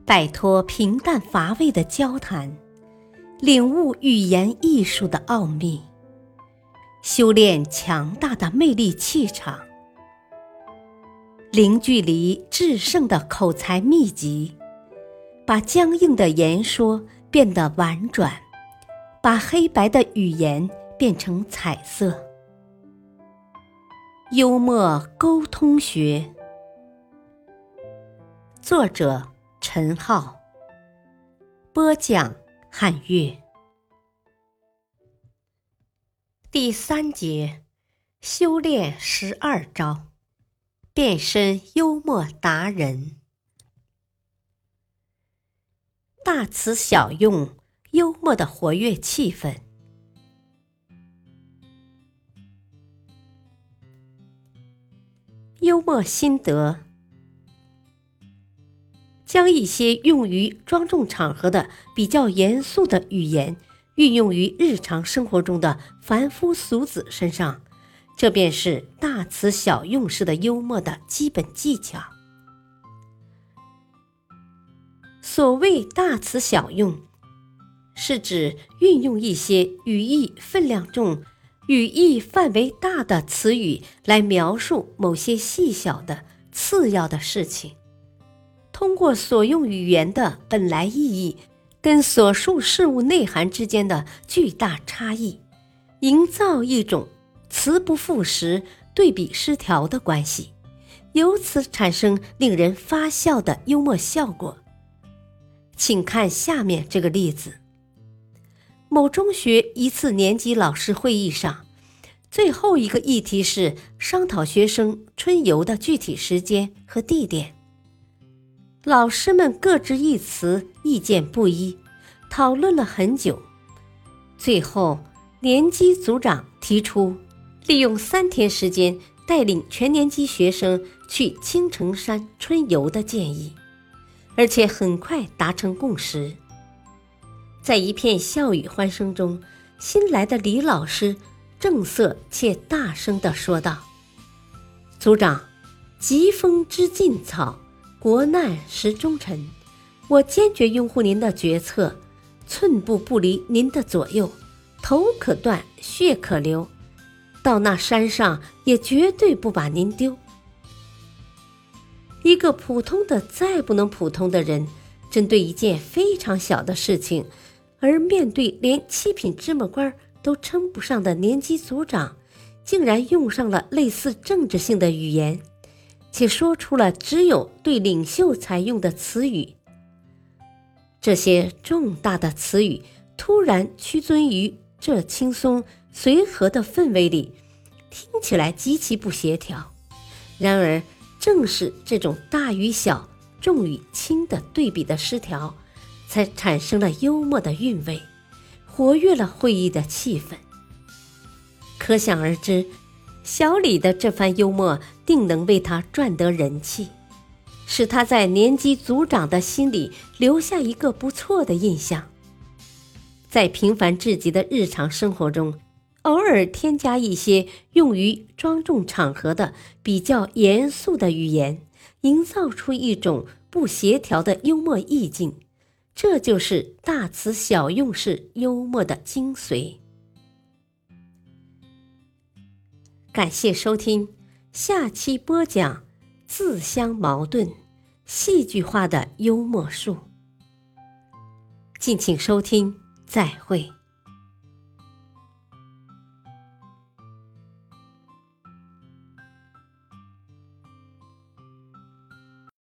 摆脱平淡乏味的交谈，领悟语言艺术的奥秘，修炼强大的魅力气场，零距离制胜的口才秘籍，把僵硬的言说变得婉转，把黑白的语言变成彩色。幽默沟通学，作者陈浩，播讲汉乐。第3节，修炼12招，变身幽默达人。大词小用，幽默的活跃气氛。幽默心得：将一些用于庄重场合的比较严肃的语言运用于日常生活中的凡夫俗子身上，这便是大词小用式的幽默的基本技巧。所谓大词小用，是指运用一些语义分量重、语义范围大的词语来描述某些细小的次要的事情，通过所用语言的本来意义跟所述事物内涵之间的巨大差异，营造一种词不符实、对比失调的关系，由此产生令人发笑的幽默效果。请看下面这个例子。某中学一次年级老师会议上，最后一个议题是商讨学生春游的具体时间和地点。老师们各执一词，意见不一，讨论了很久。最后，年级组长提出利用3天时间带领全年级学生去青城山春游的建议，而且很快达成共识。在一片笑语欢声中，新来的李老师正色且大声地说道：“组长，疾风知劲草，国难识忠臣，我坚决拥护您的决策，寸步不离您的左右，头可断，血可流，到那山上也绝对不把您丢。”一个普通的再不能普通的人，针对一件非常小的事情，而面对连7品芝麻官都称不上的年级组长，竟然用上了类似政治性的语言，且说出了只有对领袖才用的词语。这些重大的词语突然屈尊于这轻松随和的氛围里，听起来极其不协调。然而正是这种大与小、重与轻的对比的失调，才产生了幽默的韵味，活跃了会议的气氛。可想而知，小李的这番幽默定能为他赚得人气，使他在年级组长的心里留下一个不错的印象。在平凡至极的日常生活中，偶尔添加一些用于庄重场合的比较严肃的语言，营造出一种不协调的幽默意境，这就是大词小用式幽默的精髓。感谢收听，下期播讲自相矛盾，戏剧化的幽默术。敬请收听，再会。